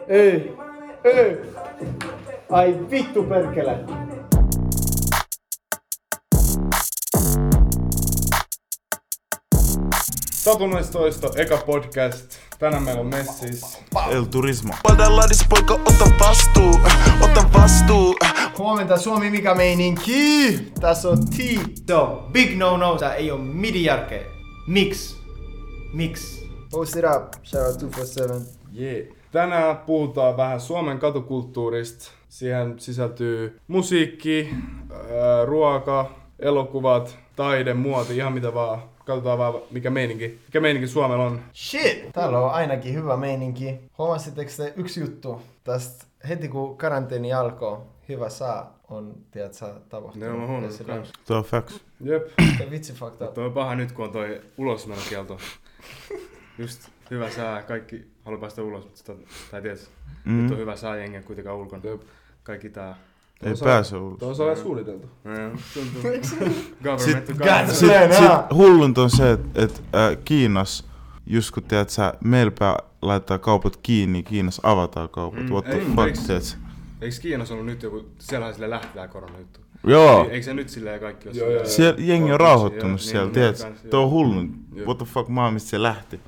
Ei. Ai vittu perkele. Satunaistoisto, eka podcast. Tänään meillä on messis. El Turismo. Paldaladis poika, ota vastuu. Huomenta Suomi, mikä meininki? Tässä on Tito. Big no, tää ei oo midijärkeä. Miksi? Post it up, shout out 247. Yeah. Tänään puhutaan vähän Suomen katukulttuurista. Siihen sisältyy musiikki, ruoka, elokuvat, taide, muoti, ihan mitä vaan. Katsotaan vaan mikä meininki Suomella on. Shit! Täällä on ainakin hyvä meininki. Huomasitteko te yksi juttu? Tästä heti kun karanteeni alkoi, hyvä saa on, tiedätkö, tapahtunut. Ne on huomannut kans. Tuo on facts. Jep. Vitsi fucked up. Toi on paha nyt kun on toi ulosmenokielto. Just hyvä sää, kaikki haluaa päästä ulos, mutta tai tiedätkö, nyt on hyvä sää, jengi on kuitenkaan ulkona. Jep. Kaikki tää. Ei pääse ulos. Tuo on sellainen suunniteltu. Sitten hullunta on se, että Kiinas, just kun tiedät sä, meillä laittaa kaupat kiinni, Kiinassa avataan kaupat. What the fuck, tiedät? Eikö Kiinassa ollut nyt joku, siellähän silleen lähti tää koronajuttu? Joo. Eikö se nyt silleen kaikki ole silleen? Siellä jengi on rauhoittunut siellä, niin, tiedät? Tuo on hullun. What the fuck, mistä se lähti?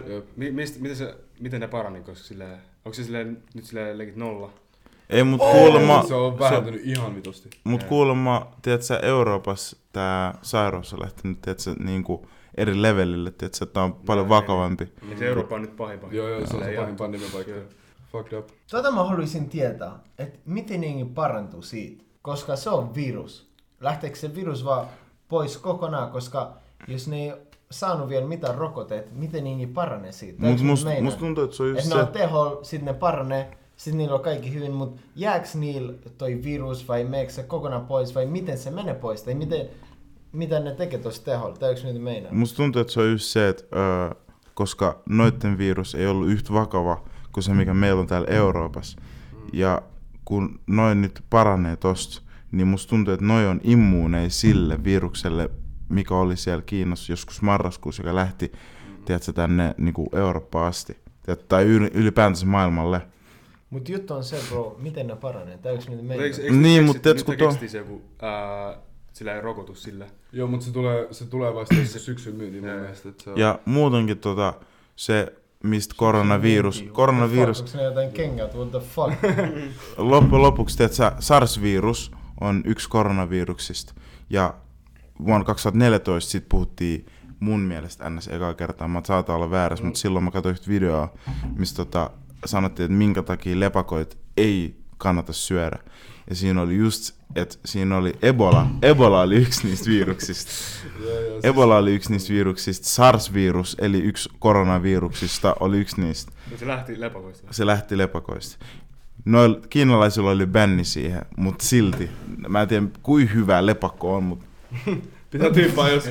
Miten ne parani, koska silleen, onko se silleen, nyt silleen legit nolla? Ei, mut kuulemma... Se on vähentynyt ihan vitusti. Mut kuulemma, tiedätkö, Euroopassa tää sairaus on lähtenyt, tiedätkö, niinku eri levelille, tiedätkö, tää on paljon vakavampi. Niin se Eurooppa on nyt pahin. Joo, se on se pahin pandemia paikka. Fucked up. Mä haluaisin tietää, että miten jengi parantuu siitä, koska se on virus. Lähteekö se virus vaan pois kokonaan, koska jos ne ei saanut vielä mitään rokotteet, miten jengi paranee siitä? Musta tuntuu, että se on just se. se... Ne on teholla, sit ne paranee, sit niillä on kaikki hyvin, mutta jääkö niillä toi virus vai meneekö se kokonaan pois vai miten se menee pois? Tai mitä ne tekee tuossa teholla? Tai mitä meinaa? Musta tuntuu, että se on just se, että koska noitten virus ei ollut yhtä vakava kuin se, mikä meillä on täällä Euroopassa. Ja kun noin nyt paranee tosta, niin musta tuntuu, että noi on immuuneja sille virukselle, mikä oli siellä Kiinassa joskus marraskuussa, joka lähti tiedätkö, tänne niin kuin Eurooppaan asti. Tai ylipäätänsä maailmalle. Mut juttu on se, bro, miten ne paranee? Täyks mitä meinaa? Niin, mutta tiedätkö kun keksittiin se joku sillä rokotus sillä. Joo, mutta se tulee vasta syksyn myyntiin mun mielestä. Ja muutenkin se, mistä koronavirus... Onko ne jotain kengät? What the fuck? Loppujen lopuksi, tiedätkö, SARS-virus on yksi koronaviruksista. Ja vuonna 2014 sit puhuttiin mun mielestä ns. Ekaa kertaa. Mä saatan olla väärässä, mutta silloin mä katsoin yhtä videoa, missä sanottiin, että minkä takia lepakoit ei kannata syödä. Ja siinä oli just, että siinä oli Ebola. Ebola oli yksi niistä viruksista. Ebola oli yksi niistä viruksista. SARS-virus, eli yksi koronaviruksista, oli yksi niistä. Se lähti lepakoista. Noilla kiinalaisilla oli bänni siihen, mutta silti. Mä en tiedä, kuin hyvä lepakko on, mutta... Pitää tyyppää joskus.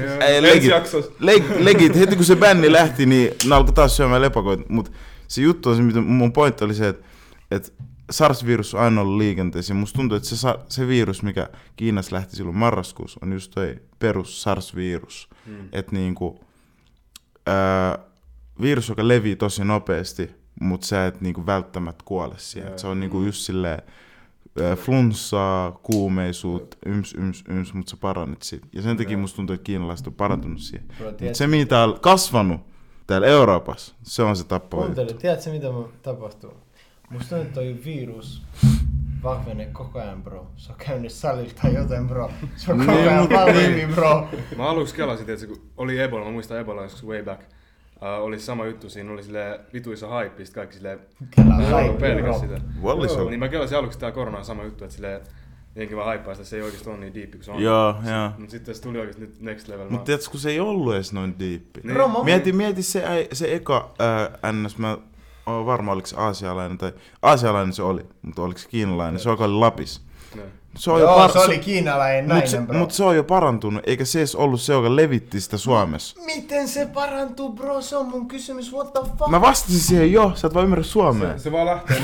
Legit, heti kun se bänni lähti, niin ne alkoi taas syömään lepakoita. Mutta se juttu on se, mitä mun pointti oli se, että SARS-virus on aina ollut liikenteessä. Musta tuntuu, että se virus, mikä Kiinassa lähti silloin marraskuussa, on just toi perus SARS-virus. Että niinku, virus, joka levii tosi nopeasti, mutta sä et niinku välttämättä kuole siihen. Se on niinku just silleen flunssaa, kuumeisuutta, mutta sä parannit siitä. Ja sen takia musta tuntuu, että kiinalaiset on parantunut siihen. Mutta se, mitä on kasvanut täällä Euroopassa, se on se tappava juttu. Tiedätkö, mitä tapahtuu? Musta tuntuu, että toi virus vahvenee koko ajan, bro. Se on käynyt salilta tai jotain, bro. Se on koko ajan vahvempi, bro. Mä aluksi kelasin, että kun oli Ebola, mä muistan Ebola joskus way back. Oli sama juttu, siinä oli silleen vituisa hype, sit kaikki silleen pelkäs sitä. Niin mä kelasin aluksi, että tää korona on sama juttu, että silleen jenkin vaan haippaa sitä, se ei oikeesti ole niin deepi kuin se on. Joo. Mut sitten se tuli oikeesti nyt next level. Mut tiedätkö, kun se ei ollut edes noin deepi. Niin. Mieti se eka NS, mä oon varma oliko se aasialainen se oli, mutta oliko se kiinalainen, se oli Lapis. Se oli kiinalainen nainen, bro. Mutta se on jo parantunut, eikä se edes ollut se, joka levitti sitä Suomessa. Miten se parantuu, bro? Se on mun kysymys, what the fuck? Mä vastasin siihen jo, sä et vaan ymmärrä suomea. Se vaan lähtee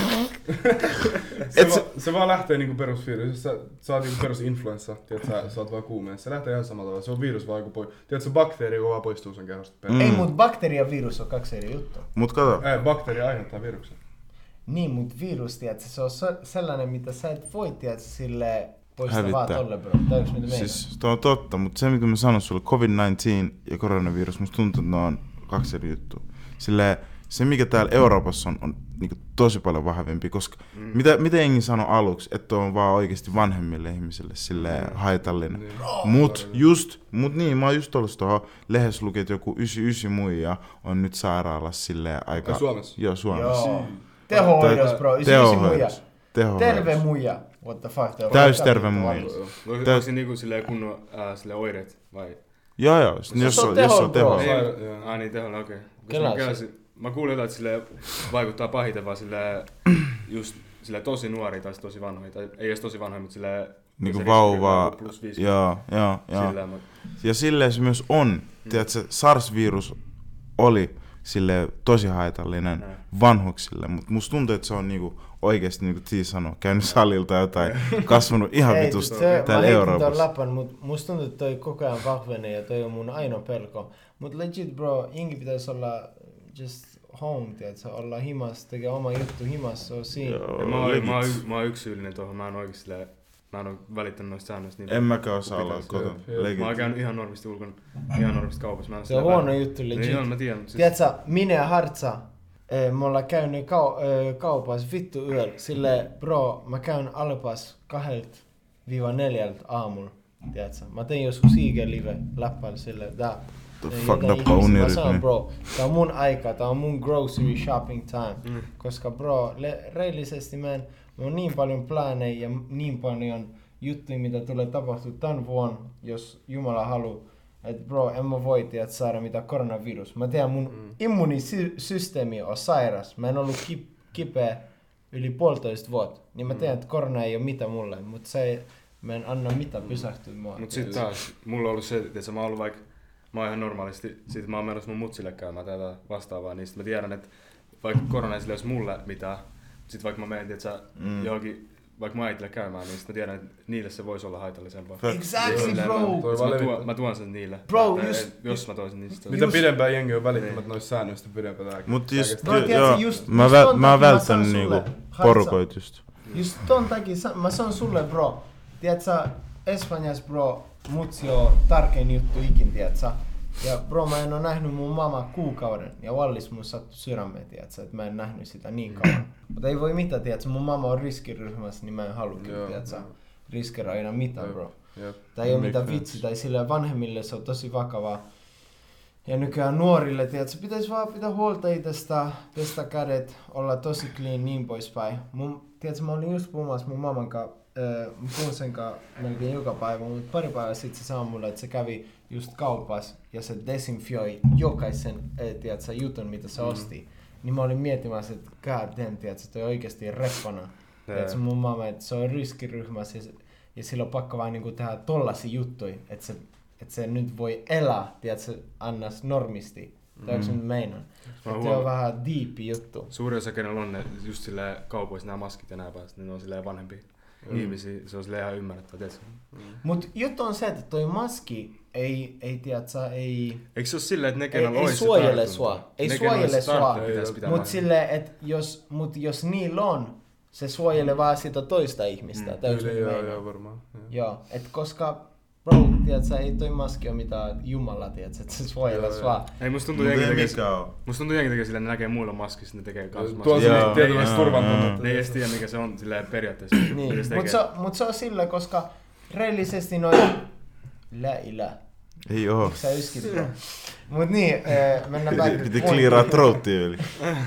se vaan lähtee niinku perusvirus. Jos sä saat niinku perusinfluenssa, tiedät sä oot vaan kuumeen. Se lähtee ihan samalla tavalla. Se on virus vaan joku tiedät se bakteeri, joka vaan poistuu sen kehosta. Ei, mut bakteeri ja virus on kaksi eri juttua. Mut kato. Bakteeri aiheuttaa viruksen. Niin, mut virus, tiedätkö, se on sellainen, mitä sä et voi, tiedätkö, silleen poistaa vaan tolle, bro. Tajuuks mitä meidän? Siis tuo on totta, mutta se mitä mä sanon sulle, COVID-19 ja koronavirus, musta tuntuu, että ne on kaksi eri juttua. Silleen, se mikä täällä Euroopassa on niinku tosi paljon vahvempi, koska mitä jengi sanoi aluksi, että on vaan oikeasti vanhemmille ihmisille silleen haitallinen. Mut mä oon just ollut tuohon lehdessä luki, että joku 99 muija on nyt sairaalassa silleen aika... Ja Suomessa? Joo, Suomessa. Joo. Tehohoidos, bro. 99 muija. Terve muija. What the fuck? Täys terve muija. Onko se niinku silleen kunnon oireet vai? Joo, jos on teho. Niin teholla, okei. Mä kuulin jotain, että silleen vaikuttaa pahiten vaan silleen just silleen tosi nuoria tai tosi vanhoja. Tai ei edes tosi vanhoja, mutta silleen... Niinku vauvaa. Plus 5. Joo. Ja silleen se myös on. Tiedätkö, SARS-virus oli silleen tosi haitallinen vanhuksille, mutta musta tuntuu, että se on niinku oikeesti niinku Tii sanoo, käynyt salilta jotain, kasvanut ihan vitusti täällä Euroopassa. Läpän, mut musta tuntuu, että toi koko ajan vahvenee ja toi on mun ainoa pelko. Mut legit bro, jengi pitäisi olla just home, tiedätkö, olla himas, tekee oma juttu himas, se on siinä. Mä oon yksi syyllinen tuohon, mä en oikeesti mä en oo välittänyt noista säännöistä. En mäkään osaa olla kotona. Mä oon käynyt ihan normisti ulkona, ihan normisti kaupassa. Se on huono juttu legit. Niin mä tiedän. Tiedätkö, minä ja Hartsa, me ollaan käynyt kaupassa vittu yöllä. Silleen, bro, mä käyn alpas 2-4 aamulla. Tiedätkö? Mä tein joskus IG-live läppäillä silleen, mä sanon, bro, tää on mun aika, tää on mun grocery shopping time. Koska bro, reellisesti mä on niin paljon planeja ja niin paljon juttuja, mitä tulee tapahtua tän vuonna, jos Jumala haluu. Et bro, en mä voi tiedä saada mitä koronavirus. Mä tiedän, mun immunisysteemi on sairas. Mä en ollut kipeä yli 1,5 vuotta. Niin mä tiedän, että korona ei oo mitä mulle, mutta mä en anna mitä pysähtyä mua. Mut sit taas, mulla on ollut se, että mä oon ollut mä oon ihan normaalisti, sit mä oon menossa mun mutsille käymään tätä vastaavaa, niin sit mä tiedän, että vaikka korona ei sille olisi mulle mitään, sit vaikka mä menen, että johonkin, vaikka mä äitille käymään, niin sit mä tiedän, että niille se voisi olla haitallisempaa. Exactly, bro! Mä tuon sen niille. Bro, jos mä toisin niistä. Mitä pidempään jengi on välittämättä noista säännöistä, pidempään tääkin. Mut mä oon välttänyt niinku porukoit just. Just ton takia, mä sanon sulle, bro. Tiedätkö, Espanjas, bro, mutsi on tärkein juttu ikin, tiedätkö? Ja bro, mä en oo nähnyt mun mama kuukauden ja Wallis mun sattui sydämeen, tiedätkö? Et mä en nähnyt sitä niin kauan. Mutta ei voi mitään, tiedätkö? Mun mama on riskiryhmässä, niin mä en halua kyllä, tiedätkö? Riskeroida mitään, bro. Tai ei oo mitään vitsi, tai sille vanhemmille se on tosi vakavaa. Ja nykyään nuorille, tiedätkö? Pitäis vaan pitää huolta itsestä, pestä kädet, olla tosi clean, niin poispäin. Tiedätkö, mä olin just puhumassa mun maman kanssa. Mä puhun sen kanssa melkein joka päivä, mutta pari päivää sitten se sanoi mulle, että se kävi just kaupassa ja se desinfioi jokaisen tiedätkö, jutun, mitä se osti. Niin mä olin miettimässä, että god damn, tiedätkö, toi oikeesti reppana. Tiedätkö, mun mamma, että se on riskiryhmässä ja sillä on pakko vaan niinku tehdä tollasia juttuja, että se nyt voi elää, tiedätkö, annas normisti. Tiedätkö nyt meinaan? Että on vähän deepi juttu. Suuri osa kenellä on ne just silleen kaupoissa nämä maskit ja nää päästä, niin ne on silleen vanhempia. Ihmisiä, se on silleen ihan ymmärrettävä, tiedätkö? Mut juttu on se, että toi maski ei tiedätkö, ei... Eikö se oo silleen, että ne kenellä ei ois se suojele sua. Ei suojele sua. Mut silleen, että jos niillä on, se suojelee vaan sitä toista ihmistä. Joo, varmaan. Joo, et koska... Bro, tiedätkö, ei toi maski oo mitään Jumala, tiedätkö, että se suojelee sua. Ei, musta tuntuu jengi tekee silleen, että ne näkee muilla maskissa, ne tekee kans maskissa. Tuo on se tietynlaista turvantunutta. Ne ei edes tiedä, mikä se on silleen periaatteessa. Niin, mut se on sillä, koska reellisesti noin... Lä. Ei oo. Sä yskit, bro. Mut niin, mennään back. Piti clearaa throatia yli.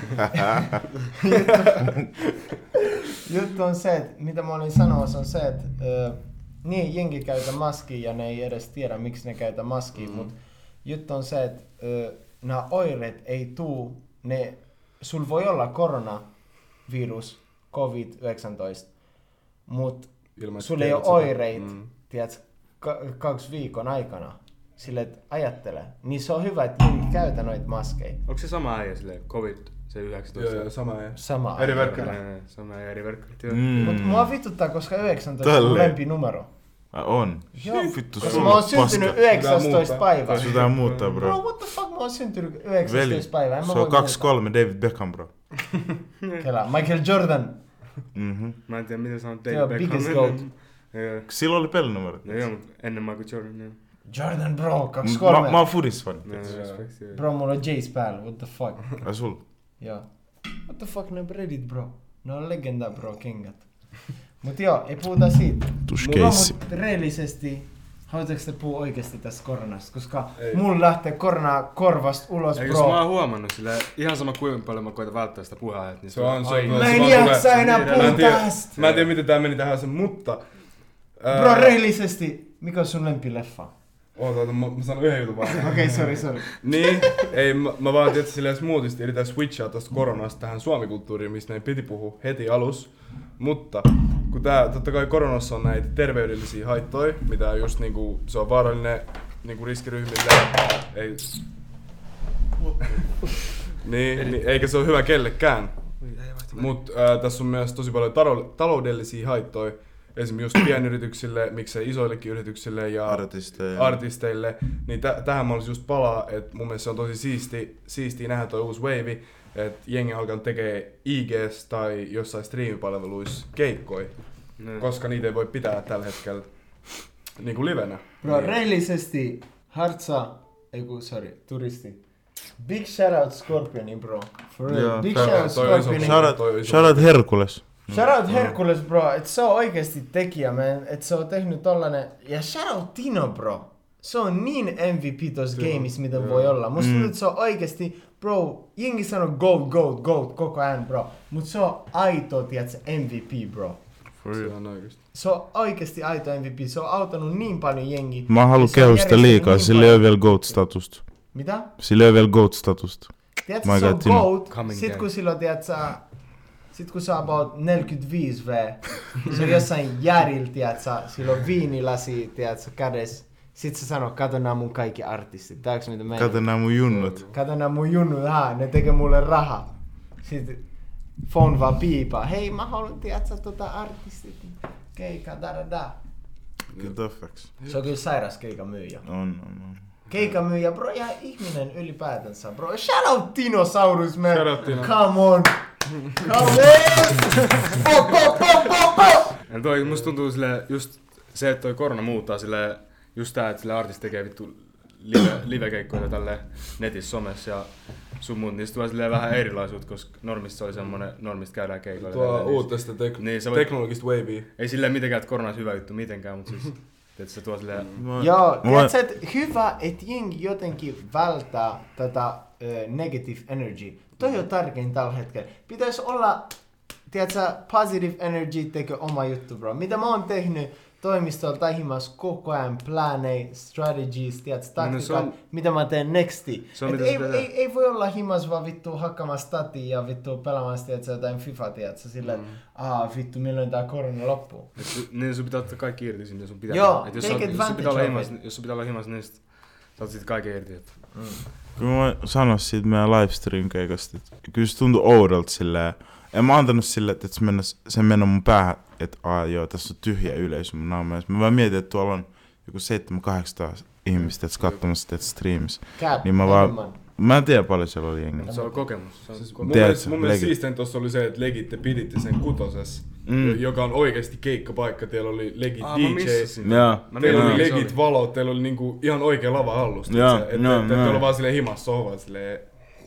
Juttu on se, että mitä mä olin sanomassa on se, että niin jengi käytä maskia ja ne ei edes tiedä miksi ne käytä maskia, mutta juttu on se, että nämä oireet ei tuu, sul voi olla koronavirus, COVID-19, mutta sulla ei ole oireita, tiedätkö, 2 viikon aikana. Sille, että ajattele, niin se on hyvä, että jengi käytä noita maskeja. Onko se sama äijä silleen, COVID? Se 19. Joo, sama äijä. Sama eri verkkari. Sama äijä, eri verkkari. Mutta mua vituttaa, koska 19 on mun lempinumero. On. Joo, Vittu, koska sulla mä oon on paska. syntynyt 19 päivää. Sun pitää muuttaa, Bro, bro. what the fuck, mä oon syntynyt 19 Veli, päivää. se on 2-3 David Beckham, bro. Kela, Michael Jordan. Mä en tiedä mitä sanoo Se on David biggest Beckham. goat. Joo. Silloin oli pelinumerot. No joo, mutta ennen Michael Jordan. Joo. Jordan, bro, Mä oon fudisfani. No, respect, joo. Bro, mulla on Jace päällä, what the fuck. Ai sul? Joo. What the fuck, ne Reddit, bro. Ne on legenda, bro, kengät. Mut joo, ei puhuta siitä. Tuskeissi. Mulla on reellisesti, haluatteko te puhua oikeesti tästä koronasta? Koska Ei. mulla lähtee korona korvasta ulos, Eikö bro. mä oon huomannut silleen, ihan sama kuinka paljon mä koitan välttää sitä puheenjohtajaa, niin Se on- Mä en vaan jaksa tulee- enää Mä en puhua tiedä- tästä. Mä en tiedä miten tää meni tähän sen, mutta... Bro, rehellisesti, mikä on sun lempileffa? Oota, mä sanon yhden jutun vaan. Okei, sorry. Niin, ei, mä vaan tietysti silleen smoothisti yritän switchaa tosta koronasta tähän suomikulttuuriin, mistä meidän piti puhua heti alus. Mutta kun tää, totta kai koronassa on näitä terveydellisiä haittoja, mitä just niinku, se on vaarallinen niinku riskiryhmille. Ei... niin, eikä se ole hyvä kellekään. Mut tässä on myös tosi paljon taloudellisia haittoja. Esimerkiksi just pienyrityksille, miksei isoillekin yrityksille ja artisteille. Niin tähän mä olisin just palaa, että mun mielestä se on tosi siistiä nähdä toi uusi wave, että jengi alkaa tekee IGs tai jossain striimipalveluissa keikkoja, koska niitä ei voi pitää tällä hetkellä niinku livenä. Bro, Niin. rehellisesti, turisti. Big shoutout Scorpionin, bro. For real. Joo, Big toi shoutout on Scorpionin. iso- Shoutout Herkules. Shoutout Hercules, bro. Et se on oikeesti tekijä, man. Et se on tehnyt tollanen... Ja shoutout Tino, bro. Se on niin MVP tossa gameissa, mitä voi olla. Musta tuntuu, että se on oikeesti... Bro, jengi sanoo GOAT koko ajan, bro. Mut se on aito, tiiätsä, MVP, bro. Se on oikeesti. Se on oikeesti aito MVP. Se on auttanut niin paljon jengi. Mä haluan Se on kehua sitä järjestänyt liikaa, niin sillä ei paljon- ole vielä GOAT-statusta. Mitä? Sillä ei ole vielä GOAT-statusta. Tiedätkö, My se on God, Tino. GOAT, Coming sit gang. kun silloin, tiedätkö, sit kun sä about 45 V, se on jossain järillä, tiedätkö, silloin viinilasi, tiedätkö, kädessä. Sit sä sanoo, kato nää mun kaikki artistit. Tääks mitä meidän? Kato nää mun junnut. Kato nää mun junnut, ne tekee mulle rahaa. Sitten phone vaan piipaa. Hei, mä haluan, tiedätkö, artistit. Keika, da. Kyllä toffaks. Se on kyllä sairas keikan myyjä. On. Keikan myyjä, bro, ja ihminen ylipäätänsä, bro. Shout out Tinosaurus, man. Shout out Tino. Come on. Ja toi musta tuntuu silleen, just se, että toi korona muuttaa silleen, just tää, että silleen artisti tekee vittu livekeikkoja tälle netissä, somessa ja sun muut, niin se tuo silleen vähän erilaisuutta, koska normissa oli semmonen, normista käydään keikoilla. Tuo tälleen, uutesta Niin, se voi- teknologista wavea. Ei silleen mitenkään, että korona olisi hyvä juttu mitenkään, mutta siis, että se tuo silleen, Joo, tiedätkö, että hyvä, että jengi jotenkin välttää tätä negative energy. Toi on tärkein tällä hetkellä. Pitäisi olla, tiedätkö, positive energy tekee oma juttu, bro. Mitä mä oon tehnyt toimistolla tai himas koko ajan, planei, strategies, tiedätkö, taktiikat, mitä mä teen nexti. Se on Et mitä ei, se pitää. ei voi olla himas vaan vittu hakkamaan statia ja vittu pelaamaan tiedätkö, jotain FIFA, tiedätkö, silleen, vittu milloin tää korona loppuu. niin sun pitää ottaa kaikki irti siitä, sun pitää. Joo, Et jos take sä oot- advantage of jos sun pitää olla himas, niin sit sä oot siitä kaiken irti. Että Kun mä sanoin siitä meidän livestream-keikasta, että kyllä se tuntui oudolta silleen. En mä antanut sille, että se mennä mun päähän, että joo, tässä on tyhjä yleisö mun naamassa. Mä vaan mietin, että tuolla on joku 700-800 ihmistä, että katsomassa tätä streamissa. Cap, Niin mä en tiedä paljon siellä oli jengiä. se on kokemus. Se on Siis kokemus. mun mielestä legit. siisteen tossa oli se, että legit te piditte sen kutoses, joka on oikeesti keikkapaikka. Teillä oli legit Mä DJ, missasin. Joo. teillä oli Joo. legit valot, teillä oli niinku ihan oikea lava hallusta. Joo, Että joo, ette joo. ollut vaan silleen himassa sohvalla silleen.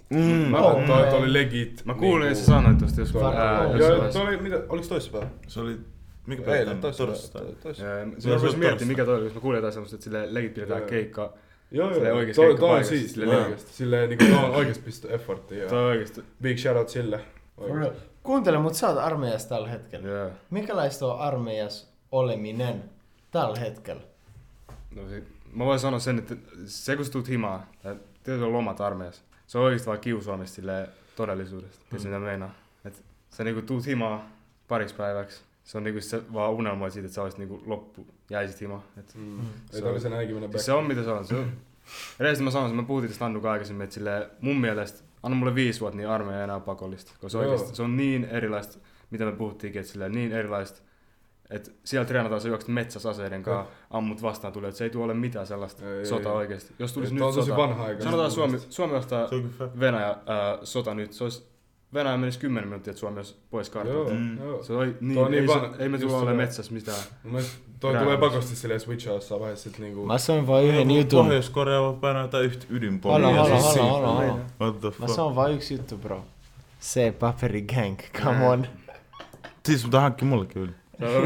Oh, Toi man. oli legit. Mä kuulin, että sä sanoit tosta joskus. Joo, Joo, toi oli, mitä, oliks toissapäivä? Se oli... Mikä Eilen, päivä? toissapäivä. Mä rupesin miettimään, mikä toi oli, koska mä kuulin jotain semmoista, että silleen legit pidetään Joo. keikka. Joo, Silleen joo. oikeesti Toi on keikkapaikassa, siis silleen oikeesti. Silleen niinku toi on oikeesti pisty efforttia. Toi oikeesti. Big shoutout sille. For real. Kuuntele, mut sä oot armeijassa tällä hetkellä. Joo. Minkälaista on armeijassa oleminen tällä hetkellä? No, mä voin sanoa sen, että se kun sä tuut himaa, tai tietysti on lomat armeijassa, se on oikeesti vaan kiusaamista silleen todellisuudesta. Tiedätkö mitä meinaa? Et sä niinku tuut himaa pariksi päiväksi. Se on niinku se vaan unelmoit siitä, että sä olisit niinku jäisit himaa. Ei tarvitse enää ikinä mennä Siis se on mitä se on. Edellisesti mä sanoin, että mä puhutin tästä Annukaan aikaisemmin, että silleen, mun mielestä, anna mulle 5 vuotta, niin armeija ei enää pakollista. Koska se, oikeasti, se on niin erilaista, mitä me puhuttiinkin, että silleen, niin erilaista että siellä treenataan, sä juokset metsässä aseiden kanssa, ammut vastaan tulee, että se ei tule ole mitään sellaista sotaa oikeesti. Jos tulisi nyt sota, sanotaan Suomi vastaan Venäjä sota nyt, se olisi Venäjä menisi 10 minuuttia, että Suomi olisi pois kartalta. Se oli ei me tule ole metsässä mitään. Toi tulee pakosti silleen switchaa jossain vaiheessa sit niinku... Mä sanon vaan yhden jutun. Pohjois-Korea voi painaa jotain ydinpomia. Hala. Mä sanon vaan yksi juttu, bro. Se paperi gang, come on. Siis mutta hankki mullekin yli.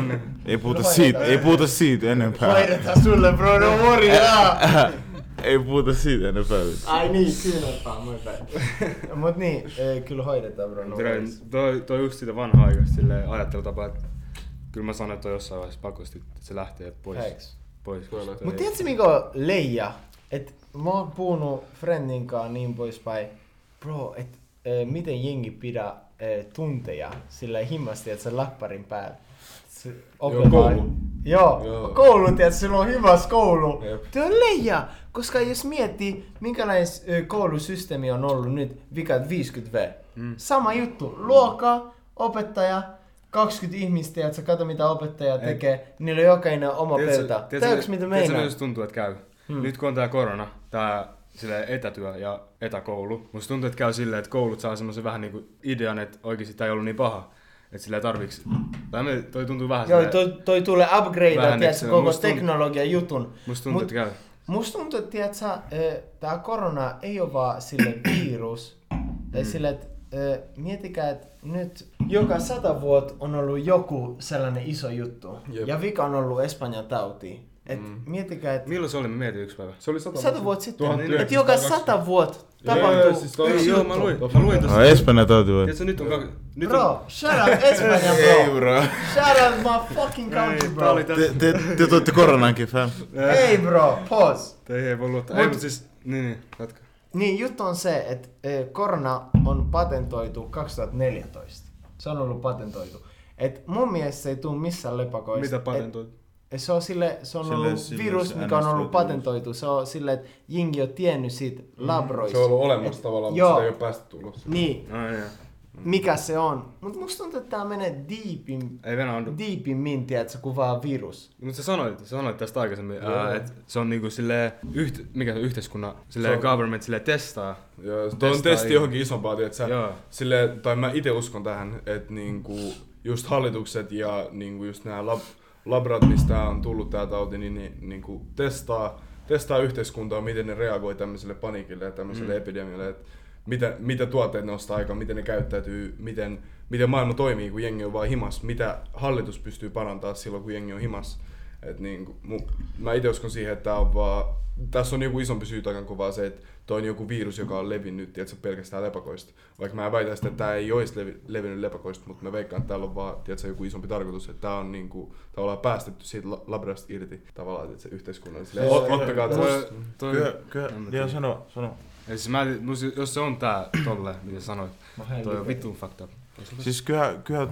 Ei puhuta siitä enempää. Hoidetaan sulle, bro, no worry. Ei puhuta siitä enempää. Ai niin, kyynärpää, moi päin. Mut niin, kyllä hoidetaan, bro, no worry. Toi just sitä vanhaa aikaista silleen ajattelutapaa, että kyllä mä sanon, että on jossain vaiheessa pakosti, että se lähtee pois. Mut tiedätkö mikä on leija? Et mä oon puhunut friendinkaan niin poispäin. Bro, et miten jengi pidä tunteja sillä himmasti, että se läppärin päällä. Koulu. Joo, koulu, tiedätkö, sillä on hyvä koulu. Tuo on leija, koska jos miettii, minkälainen koulusysteemi on ollut nyt vikat 50V. Sama juttu, luokka, opettaja, 20 ihmistä, tiedätkö, kato mitä opettaja tekee, niillä on jokainen oma pöytä. Tiedätkö mitä meinaa? Tiedätkö, mitä tuntuu, että käy? Nyt kun on tää korona, tää etätyö ja etäkoulu, musta tuntuu, että käy silleen, että koulut saa semmoisen vähän niinku idean, että oikeesti tää ei ollut niin paha. Että sillä tarviiks... Toi tuntuu vähän silleen... Joo, toi tulee upgradea, tiedätkö, koko teknologian jutun. Musta tuntuu, että käy. Musta tuntuu, että tiedätkö, tää korona ei oo vaan sille virus. Sille, että mietikää, että nyt joka 100 vuotta on ollut joku sellainen iso juttu. Jep. Ja vika on ollut Espanjan tauti. Et mietikää, että... Milloin se oli? Mä mietin yksi päivä. Se oli 100 vuotta sitten. Että joka 100 vuotta tapahtuu yksi juttu. Mä luin tosta. Espanjan tauti vai? Tiedätkö, nyt bro, shut up Espanjan, bro. Ei, bro. Shut up my fucking country, bro. Te tuotte koronankin, fam. Ei, bro, pause. Ei voi luottaa. Ei, mutta siis... Niin, jatka. Niin, juttu on se, että korona on patentoitu 2014. Se on ollut patentoitu. Et mun mielestä se ei tule missään lepakoista. Mitä patentoitu? Se on ollut virus, mikä on ollut patentoitu. Se on silleen, että jengi on tiennyt siitä labroista. Se on ollut olemassa tavallaan, mutta sitä ei ole päästä tulossa. Niin. Mikä se on. Mutta musta tuntuu, että tää menee deepimmin, tiedätkö, kuin vaan virus. Mutta sä sanoit tästä aikaisemmin, että se on niinku silleen, mikä se yhteiskunnan, silleen government silleen testaa. Joo, se on testi johonkin isompaa, tiedätkö. Silleen, tai mä ite uskon tähän, että niinku just hallitukset ja niinku just nää labrat, mistä on tullut tää tauti, niin niinku testaa yhteiskuntaa, miten ne reagoi tämmöiselle paniikille ja tämmöiselle epidemialle. Et mitä tuotteet nostaa aikaan, miten ne käyttäytyy, miten maailma toimii, kun jengi on vaan himas, mitä hallitus pystyy parantamaan silloin, kun jengi on himas. Et niin, mä itse uskon siihen, että tässä on joku isompi syy takan kuin vaan se, että toi on joku virus, joka on levinnyt, tiedätkö, pelkästään lepakoista. Vaikka mä väitän sitä, että tää ei olisi levinnyt lepakoista, mutta mä veikkaan, että täällä on vaan, tiedätkö, joku isompi tarkoitus, että tää on niinku, tavallaan päästetty siitä labrasta irti, tavallaan, että se yhteiskunnalliselle. Ottakaa tästä. Kyllä, sano. Eli siis jos se on tää tolle, mitä sanoit, toi on vittu fucked up. Siis kyllä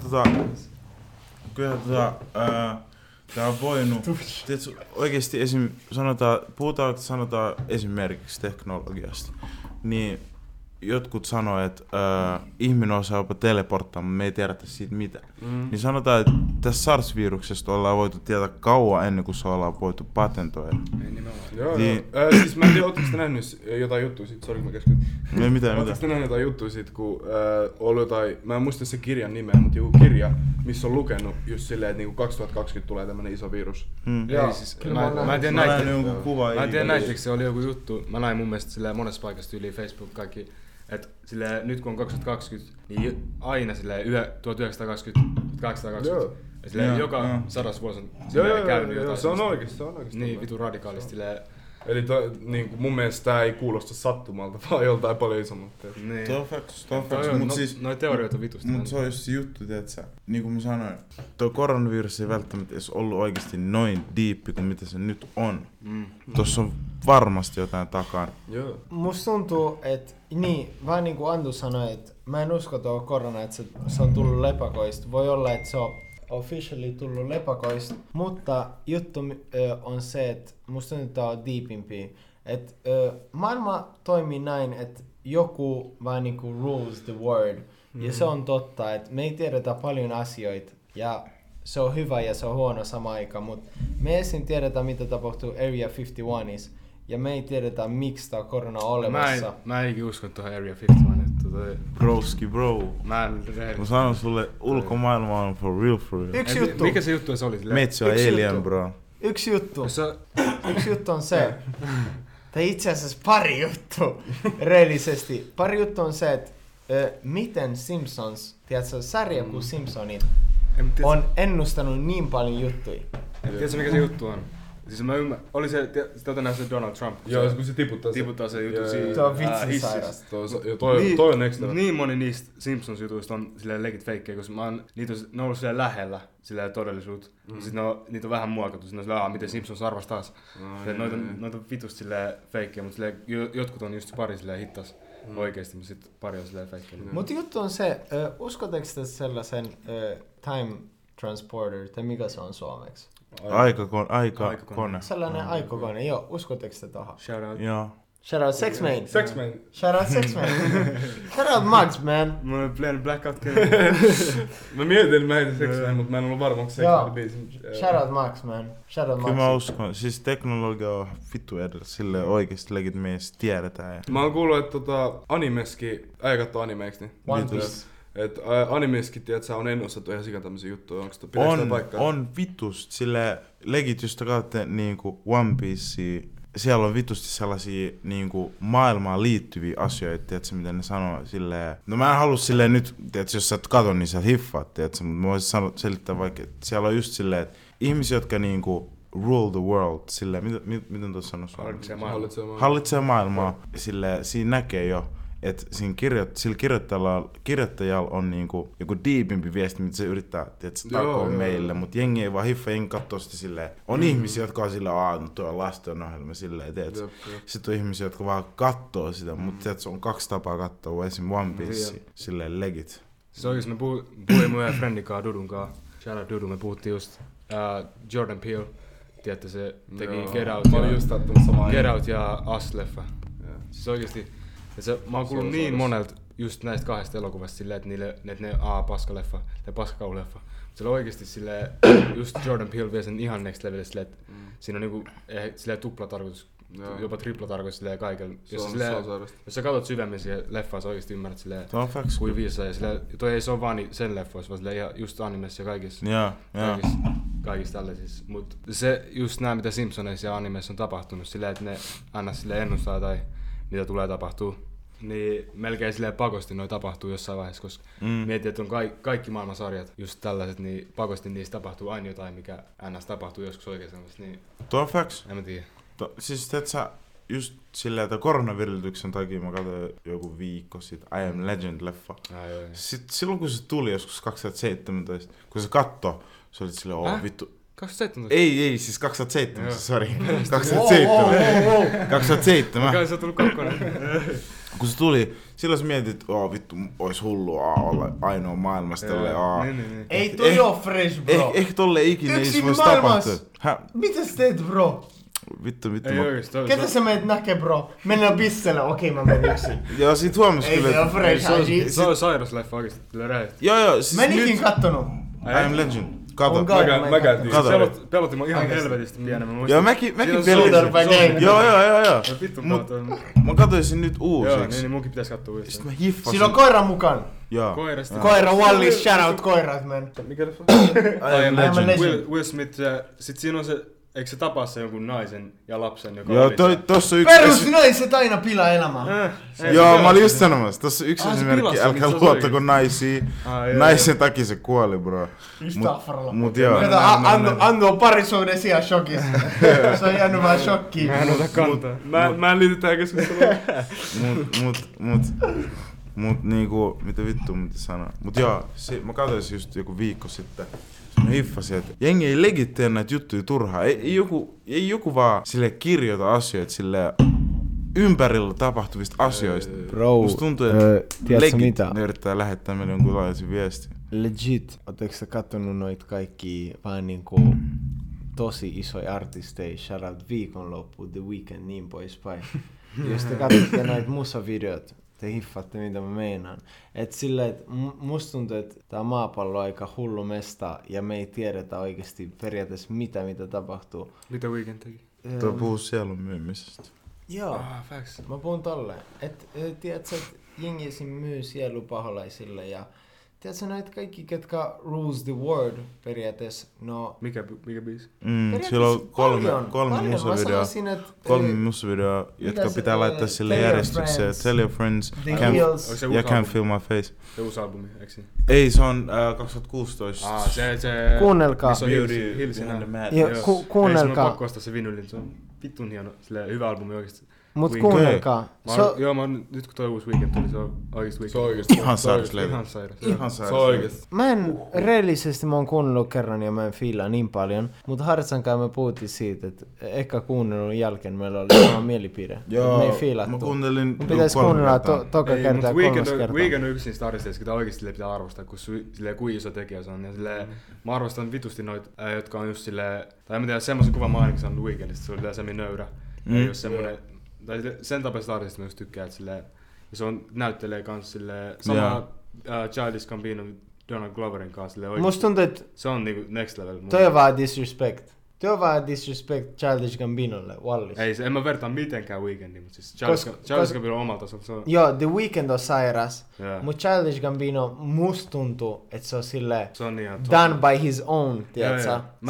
tää on voinut, tiedätkö, oikeesti sanotaan esimerkiksi teknologiasta, niin jotkut sanoo, että ihminen osaa jopa teleporttaa, mutta me ei tiedetä siitä mitään. Niin sanotaan, että tässä SARS-viruksesta ollaan voitu tietää kauan ennen kuin se ollaan voitu patentoida. Ei nimenomaan. Joo. Siis mä en tiedä, ootteko te nähnyt jotain juttuja siitä, sori kun mä keskityn. Ei mitään. Ootteko te nähnyt jotain juttuja siitä, kun oli jotain, mä en muista se kirjan nimeä, mutta joku kirja, missä on lukenut just silleen, että niinku 2020 tulee tämmönen iso virus. Ei siis, mä en tiedä näittekö se oli joku juttu, mä näin mun mielestä silleen monessa paikassa yli Facebook kaikki. Et silleen, nyt kun on 2020, niin aina silleen 1920, 1820. Ja silleen joka 100 vuosi on käynyt jotain. Se on oikeesti. Niin vitun radikaalisti silleen. Eli niinku mun mielestä tää ei kuulosta sattumalta, vaan joltain paljon isommalta. Niin. Tuo on facts. Mut siis noi teorioita vitusti. Mut se on just se juttu, tiiätsä. Niin kuin mä sanoin, tuo koronavirus ei välttämättä edes ollut oikeesti noin diippi kuin mitä se nyt on. Tossa on varmasti jotain takana. Joo. Musta tuntuu, että vähän niin kuin Antu sanoi, että mä en usko tuo korona, että se on tullut lepakoista. Voi olla, että se on officially tullut lepakoista, mutta juttu on se, että musta tuntuu, että tää on deepimpi. Että maailma toimii näin, että joku vähän niin kuin rules the world. Ja se on totta, että me ei tiedetä paljon asioita. Ja se on hyvä ja se on huono samaan aikaan, mutta me ensin tiedetään, mitä tapahtuu Area 51 ja me ei tiedetä, miksi tää korona on olemassa. Mä en usko tuohon Area 51. Broski bro. Mä sanon sulle, ulkomaailma on for real. Yksi juttu. Mikä se juttu se oli? Metsä alien, bro. Yksi juttu on se. Tai itse asiassa pari juttu. Reellisesti. Pari juttu on se, että miten Simpsons, tiedätkö, sarja kuin Simpsonit, on ennustanut niin paljon juttuja. Tiedätkö mikä se juttu on? Siis mä oli se, nähnyt se Donald Trump. Joo, kun se tiputtaa se juttu siinä. Se on vitsisairas. Toi on next level. Niin moni niistä Simpsons-jutuista on silleen legit feikkejä, koska ne on ollut silleen lähellä silleen todellisuutta. Sitten niitä on vähän muokattu. Sitten on silleen, miten Simpsons arvasi taas. Noita on vitusti silleen feikkejä, mutta silleen, jotkut on just pari silleen hittas oikeesti, mutta sitten pari on silleen feikkejä. Mutta juttu on se, uskotteko te sellaisen time transporter, tai mikä se on suomeksi? Aikakone. Sellainen aikakone, joo. Uskotteko te tohon? Shout out. Joo. Shout out Sexman. Sexman. Shout out Sexman. Shout out Max, man. Mä oon playing Blackout. Mä mietin meitä Sexman, mutta mä en ollut varma, onko Sexman biisin. Shout out Max, man. Shout out Max. Kyllä mä uskon. Siis teknologia on vittu edellä. Silleen oikeesti legit me edes tiedetään. Mä oon kuullut, että animeskin, kattoo animeiksi, niin. One Piece. Et animeskin, tiedätkö, on ennustettu ihan sikan tämmöisiä juttuja. Onko sitä paikkaa? On vitust. Silleen legit just katsotte niinku One Piecea. Siellä on vitusti sellaisia niinku maailmaan liittyviä asioita, tiedätkö, miten ne sanoo silleen. No mä en halua silleen nyt, tiedätkö, jos sä et katon, niin sä hiffaat, tiedätkö, mutta mä voisin selittää vaikka, että siellä on just silleen, että ihmisiä, jotka niinku rule the world, silleen, miten tuossa sanoo? Hallitsee maailmaa. Silleen, siinä näkee jo, että sillä kirjoittajalla on niinku joku deepimpi viesti, mitä se yrittää takoa meille, mutta jengi ei vaan hiffa, jengi katsoo sitä silleen. On ihmisiä, jotka on silleen, no tuo lastenohjelma silleen, tiedätkö. Sitten on ihmisiä, jotka vaan katsoo sitä, mutta tiedätkö, on 2 tapaa katsoa, esim. One Piece, silleen legit. Siis oikeesti me puhuin mun yhden friendikaan Dudunkaan. Shout out Dudu, me puhuttiin just Jordan Peele. Tiedätte, se teki Get Out ja Us-leffa. Siis oikeesti. Mä oon kuullut niin monelta just näistä 2 elokuvasta silleen, että ne paskaleffa tai paskakauleffa. Se on oikeesti silleen, just Jordan Peele vie sen ihan next level silleen, että siinä on niinku silleen tuplatarkoitus, jopa triplatarkoitus silleen kaikella. Jos sä katsot syvemmin siihen leffaan, sä oikeesti ymmärrät silleen, kuin viisaa. Ja silleen, toi ei se ole vaan sen leffoissa, vaan silleen ihan just animessa ja kaikissa tällaisissa. Mut se just nää, mitä Simpsoneissa ja animessa on tapahtunut silleen, että ne aina silleen ennustaa tai mitä tulee tapahtuu, niin melkein silleen pakosti noi tapahtuu jossain vaiheessa, koska mietin, että on kaikki maailman sarjat just tällaiset, niin pakosti niissä tapahtuu aina jotain, mikä ns. Tapahtuu joskus oikeesti. Niin tuo on facts. En mä tiedä. Siis teet sä just silleen, että koronavirityksen takia mä katsoin joku viikko sitten I Am Legend-leffa. Sitten silloin kun se tuli joskus 2017, kun se katsoi, se oli silleen, vittu. 2017? Ei, siis 2007, sori. 2007. 2007. Mikä se on tullut kokonaan? Kun se tuli, silloin sä mietit, että vittu, ois hullua olla ainoa maailmasta. Ei toi oo fresh, bro. Ehkä tolle ikinä ei vois tapahtua. Mitä sä teet, bro? Vittu. Ketä sä meet näkee, bro? Mennään pisselle, okei mä menen yksin. Joo, sit huomas kyllä. Ei se oo fresh, Haji. Se on sairas leffa oikeesti, kyllä räjähti. Joo, siis mä en ikin kattonut. I Am Legend. Kato. Mä käytiin. Pelotti mä ihan helvetisti pienemmän. Joo, mäkin pelotin. Joo. Mä katsoin sen nyt uusiksi. Joo, niin munkin pitäis katsoa uudestaan. Sitten mä hiffasin. Siinä on koira mukaan. Joo. Koira, Wallis, shout out koirat, man. Mikä leffa? I Am Legend. Will Smith, sit siinä on se, eikö se tapaa se jonkun naisen ja lapsen, joka joo, tossa yksi... Perusnaiset aina pilaa elämää. Joo, mä olin just sanomassa. Tossa yksi esimerkki, älkää luottako naisia. Naisen takia se kuoli, bro. Mut joo. Andu on parisuuden sijaan shokissa. Se on jäänyt vaan shokkiin. Mä en ota kantaa. Mä en liity tähän keskusteluun. Mut niinku, mitä vittua mitä sanoa. Mut joo, mä katsoin just joku viikko sitten. Mä hiffasin, että jengi ei legit tee näitä juttuja turhaan. Ei joku vaan sille kirjoita asioita sille ympärillä tapahtuvista asioista. Bro, musta tuntuu, että tiedätkö mitä? Ne yrittää lähettää meille jonkunlaisen viestin. Legit, ootteko sä kattonut noit kaikki vaan niinku tosi isoja artisteja, shoutout Viikonloppu, The Weeknd, niin poispäin. Jos te katsotte noit musavideot, te hiffaatte mitä mä meinaan. Et silleen, että musta tuntuu, että tää maapallo on aika hullu mesta ja me ei tiedetä oikeesti periaatteessa mitä tapahtuu. Mitä Weeknd teki? Tuo puhuu sielun myymisestä. Joo, Facts. mä puhun tolleen. Et tiedätkö, että jengi esim. Myy sielupaholaisille ja tiedätkö näitä kaikki, ketkä rules the world periaatteessa, no... Mikä biisi? Sillä on kolme musavideoa. Kolme musavideoa, jotka pitää laittaa sille järjestykseen. Tell your friends. Ja Can't Feel My Face. Se uusi albumi, eikö niin? Ei, se on 2016. Se... Kuunnelkaa. Hilsin ääni. Kuunnelkaa. Ei, se on pakko ostaa se vinylin. Se on vittun hieno. Silleen hyvä albumi oikeesti. Mut kuunnelkaa. Nyt kun toi uusi Weeknd tuli, se on oikeesti Weeknd. Se on oikeesti. Ihan sairas levy. Ihan sairas. Se on oikeesti. Mä en, reellisesti mä oon kuunnellut kerran ja mä en fiilaa niin paljon, mutta Hartsankaan me puhuttiin siitä, että eka kuunnelun jälkeen meillä oli sama mielipide. Joo, me ei fiilattu. mä kuuntelin mun pitäis kuunnella toka kertaa ja kolmas kertaa. Weeknd on yksi niistä artisteista, joita oikeesti pitää arvostaa, kun kuin iso tekijä se on. Ja mä arvostan vitusti noita, jotka on just silleen, tai en mä tiedä, semmoisen kuvan mä ainakin saanut Weekndistä, se oli semmin nöyrä. Ei oo semmonen, tai sen tapaisesta artistista mä just tykkään, että silleen, ja se on näyttelee kans silleen, sama Childish Gambino Donald Gloverin kanssa silleen oikeesti. Musta tuntuu, että se on niinku next level. Toi on vaan disrespect. Tuo on vaan disrespect Childish Gambinolle, Wallis. Ei, en mä vertaa mitenkään Weekndiin, mutta siis Childish Gambino on omalla tasolla. Se on... Joo, The Weeknd on sairas, mutta Childish Gambino musta tuntuu, että se on silleen done by his own, tiiätsä?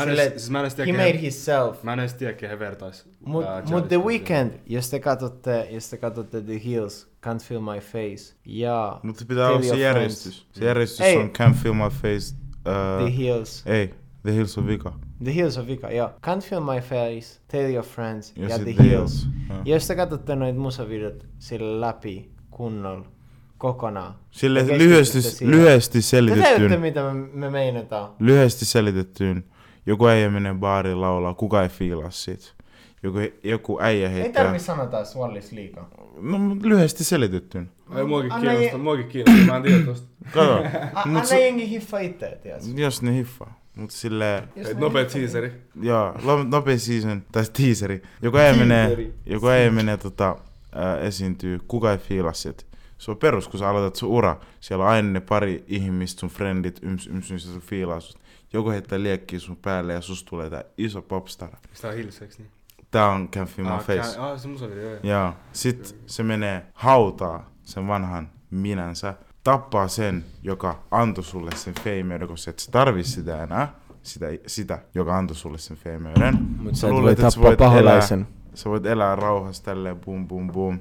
He made himself. Mä en edes tiedä, kehen vertais. Mut The Weeknd, jos te katsotte The Hills, Can't Feel My Face, ja... Mutta pitää olla se järjestys. Se järjestys on Can't Feel My Face. The Hills. Ei, The Hills on vika. The Hills on vika, joo. Can't Feel My Face, Tell Your Friends ja The Hills. Ja jos te katsotte noita musavideot sille läpi kunnolla, kokonaan. Sille lyhyesti selitettyyn. Te tiedätte mitä me meinataan. Lyhyesti selitettyyn. Joku äijä menee baariin laulaa, kuka ei fiilaa siitä. Joku äijä heittää... Ei tarvii sanoa taas Wallis liikaa. No, lyhyesti selitettyyn. Ei muakin kiinnostaa, mä en tiedä tosta. Kato. Anna jengi hiffa itse, tiedätkö? Jos ne hiffaa. Mut silleen... Nopea teaseri. Joo, nopea season, tai teaseri. Joku äijä menee esiintyy, kuka ei fiilaa sieltä. Se on perus, kun sä aloitat sun ura. Siellä on aina ne pari ihmistä, sun friendit, mistä sun fiilaa sut. Joku heittää liekkiä sun päälle ja susta tulee tää iso popstara. Tää on Hills, eiks niin? Tää on Can't Feel My Face. Se musavideo, joo. Joo. Sit se menee hautaa sen vanhan minänsä. Tappaa sen, joka antoi sulle sen feimeyden, koska et sä tarvii sitä enää. Sitä, joka antoi sulle sen feimeyden. Mut sä luulet, että tappaa paholaisen. Sä voit elää rauhassa tälleen boom boom boom.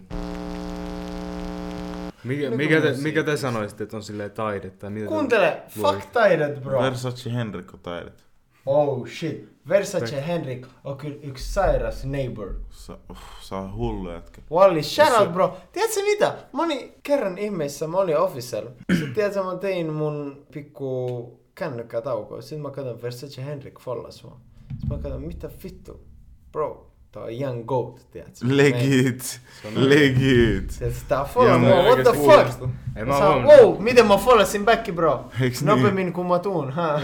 Mikä te sanoisitte, että on silleen taidetta? Kuuntele, fuck taidet, bro. Versace Henrik on taidet. Oh shit. Versace Henrik on kyllä yksi sairas neighbor. Sä on hullu jätkä. Wallis, shout out bro. Tiedätkö mitä? Mä olin kerran ihmeessä, mä olin officer. Sitten tiedätkö, mä tein mun pikku kännykkätaukoa. Sitten mä katson Versace Henrik follas mua. Sitten mä katson, mitä vittu? Bro, tää on young goat, tiedätkö? Legit. Tiedätkö, tää follow mua, what the fuck? Wow, miten mä follasin backi bro? Nopeammin kuin mä tuun, ha?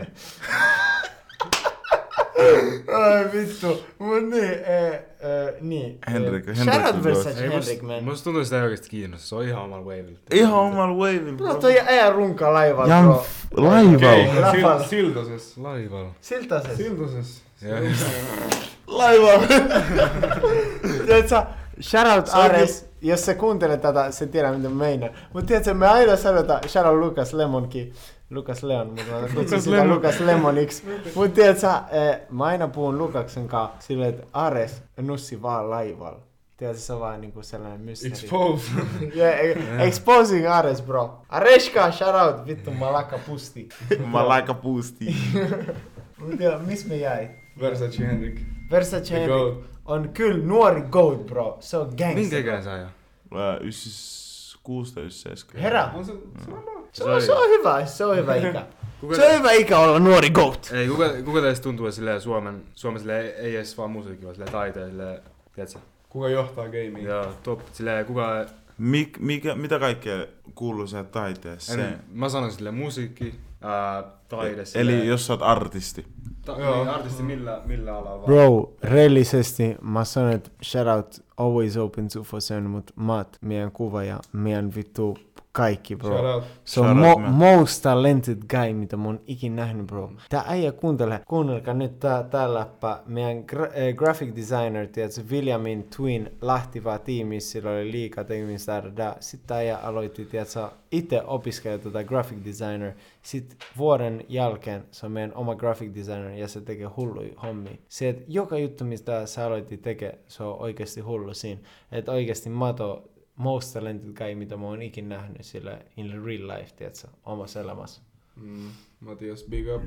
Ai vittu, mut niin. Henrik shout out Versace Henrik, man. Musta tuntuu sitä ei oikeesti kiinnosta, se on ihan omalla wavilla. Ihan omalla wavilla, bro. No toi äijä runka laivalla, bro. Laivalla. Siltasessa. Laivalla. Siltasessa. Laivalla. Tiedätkö, shout out Ares, jos sä kuuntelet tätä, se tiedä mitä meinaa. Mut tiedätkö, me aina sanotaan, shout out Lukas Lemonkin. Lukas Leon, mutta mä kutsun sitä Lukas Lemoniksi. Mut tiedätkö, mä aina puhun Lukaksen kanssa silleen, että Ares nussi vaan laivalla. Tiedätkö, se on vaan niinku sellainen mysteeri. Expose. Yeah, exposing Ares, bro. Areska, shout out, vittu, Malaka Pusti. Malaka Pusti. Mut tiedä, miss me jäi? Versace Henrik. Versace Henrik on kyllä nuori goat, bro. Se on gangster. Minkä ikään sä ajaa? 96 tai 97. Herra. Se on hyvä ikä. Se on hyvä ikä olla nuori goat. Ei, kuka teistä tuntuu silleen Suomen ei edes vaan musiikki, vaan silleen taiteen, silleen, tiedätkö? Kuka johtaa gamea? Joo, top, silleen kuka... Mitä kaikkea kuuluu sieltä taiteeseen? Mä sanon silleen musiikki, taide. Eli jos sä oot artisti. Artisti millä alalla? Bro, reellisesti mä sanon, että shoutout always open 247, mut Matt, meidän kuva ja meidän vittu kaikki, bro. Se on most talented guy, mitä mä oon ikin nähnyt, bro. Tää äijä kuunnelkaa nyt tää läppä. Meidän graphic designer, tiedätkö, Williamin twin lähtivää tiimissä, sillä oli liikaa tekemistä. Sitten äijä aloitti, tiedätkö, itse opiskella tätä graphic designer. Sitten vuoden jälkeen se on meidän oma graphic designer ja se tekee hulluja hommia. Se, että joka juttu, mistä sä aloitti tekee, se on oikeasti hullu siinä. Että oikeasti Mato most talented guy, mitä mä oon ikin nähnyt sillä in real life, tiedätkö, omassa elämässä. Matias, big up.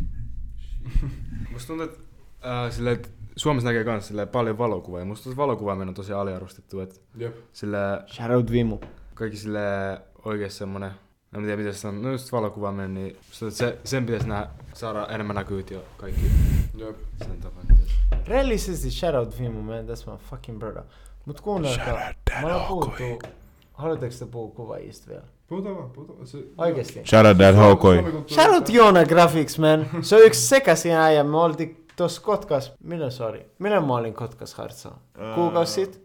Musta tuntuu, että Suomessa näkee kans paljon valokuvaa. Musta tuntuu, että valokuvaaminen on tosi aliarvostettu. Shoutout Vimu. Kaikki oikeesti semmonen, en tiedä miten se on, no just valokuvaaminen, niin sen pitäisi saada enemmän näkyvyyttä jo kaikki. Sen tapaan. Reellisesti shoutout Vimu, man, that's my fucking brother. Mut kuunnelkaa, mä oon puhuttu, haluatteko te puhua kuvaajista vielä? Puhutaan vaan. Oikeesti? Shoutout that Haukoi. Shoutout Joona Graphics, man. Se on yksi sekaisin äijä, me oltiin tossa Kotkas, milloin mä olin Kotkas Hartsaa? Kuukausi sit?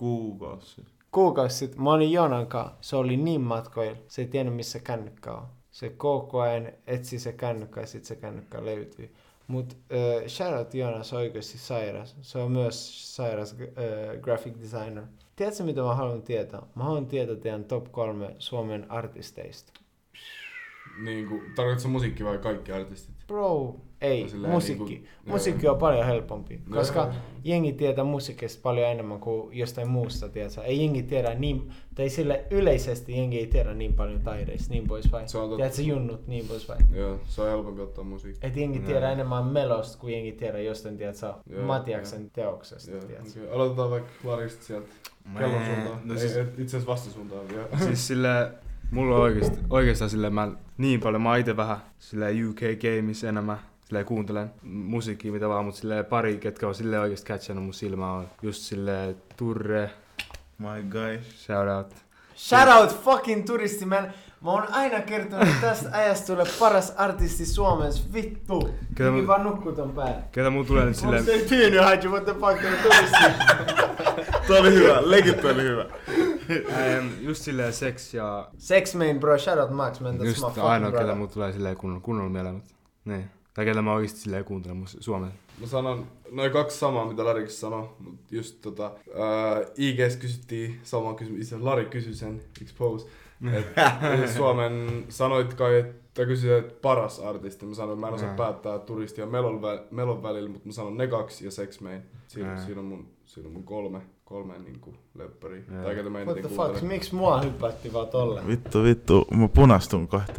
Kuukausi sit. Mä olin Joonan kanssa, se oli niin matkoilla, se ei tiennyt missä kännykkä on. Se koko ajan etsi se kännykkä ja sit se kännykkä löytyi. Mut shoutout Joona, se on oikeasti sairas. Se on myös sairas graphic designer. Tiedätkö mitä mä haluan tietää? Mä haluan tietää teidän top 3 Suomen artisteista. Niinku, tarkoitatko musiikki vai kaikki artistit? Bro, ei, musiikki. Musiikki on paljon helpompi, koska jengi tietää musiikista paljon enemmän kuin jostain muusta, tiedätkö? Ei jengi tiedä niin, tai sille yleisesti jengi ei tiedä niin paljon taideista, niin poispäin. Tiedätkö junnut, niin poispäin. Joo, se on helpompi ottaa musiikkia. Et jengi tiedä enemmän melosta kuin jengi tiedä jostain, tiedätkö, Matiaksen teoksesta, tiedätkö? Okay. Aloitetaan vaikka Larista sieltä kellon suuntaan, no siis, itse asiassa vastasuuntaan vielä. Siis mulla on oikeastaan mä oon ite vähän UK Games enemmän kuuntelen musiikkia mitä vaan, mut pari ketkä on oikeesti catchannut mun silmää on just Turre. My guy. Shoutout fucking turisti, man. Mä oon aina kertonut, että tästä äijästä tulee paras artisti Suomessa, vittu. Minkin vaan nukkuu ton päälle. Ketä mun tulee nyt silleen... Onko se tyyny haiju, what the fuck, turisti? Toi oli hyvä, legit oli hyvä. Just silleen sex ja... Sex main bro, shoutout Max, man, that's my fucking brother. Ainoa, ketä mun tulee silleen kunnolla mieleen, mutta... Niin. Tai ketä mä oikeesti silleen kuuntelen Suomessa. Mä sanon noin 2 samaa, mitä Larikissa sanoi, mut just IG:ssä kysyttiin sama kysymys, itse Lari kysyi sen, expose. Suomen sanoit kai, että kysyit paras artisti. Mä sanoin, että mä en osaa päättää turisti ja melon välillä, mutta mä sanon ne 2 ja Sex Main. Siinä on mun kolme niinku leppäriä. Tai ketä mä eniten kuuntelen. What the fuck, miksi mua hyppätti vaan tolleen? Vittu, mä punastun kohta.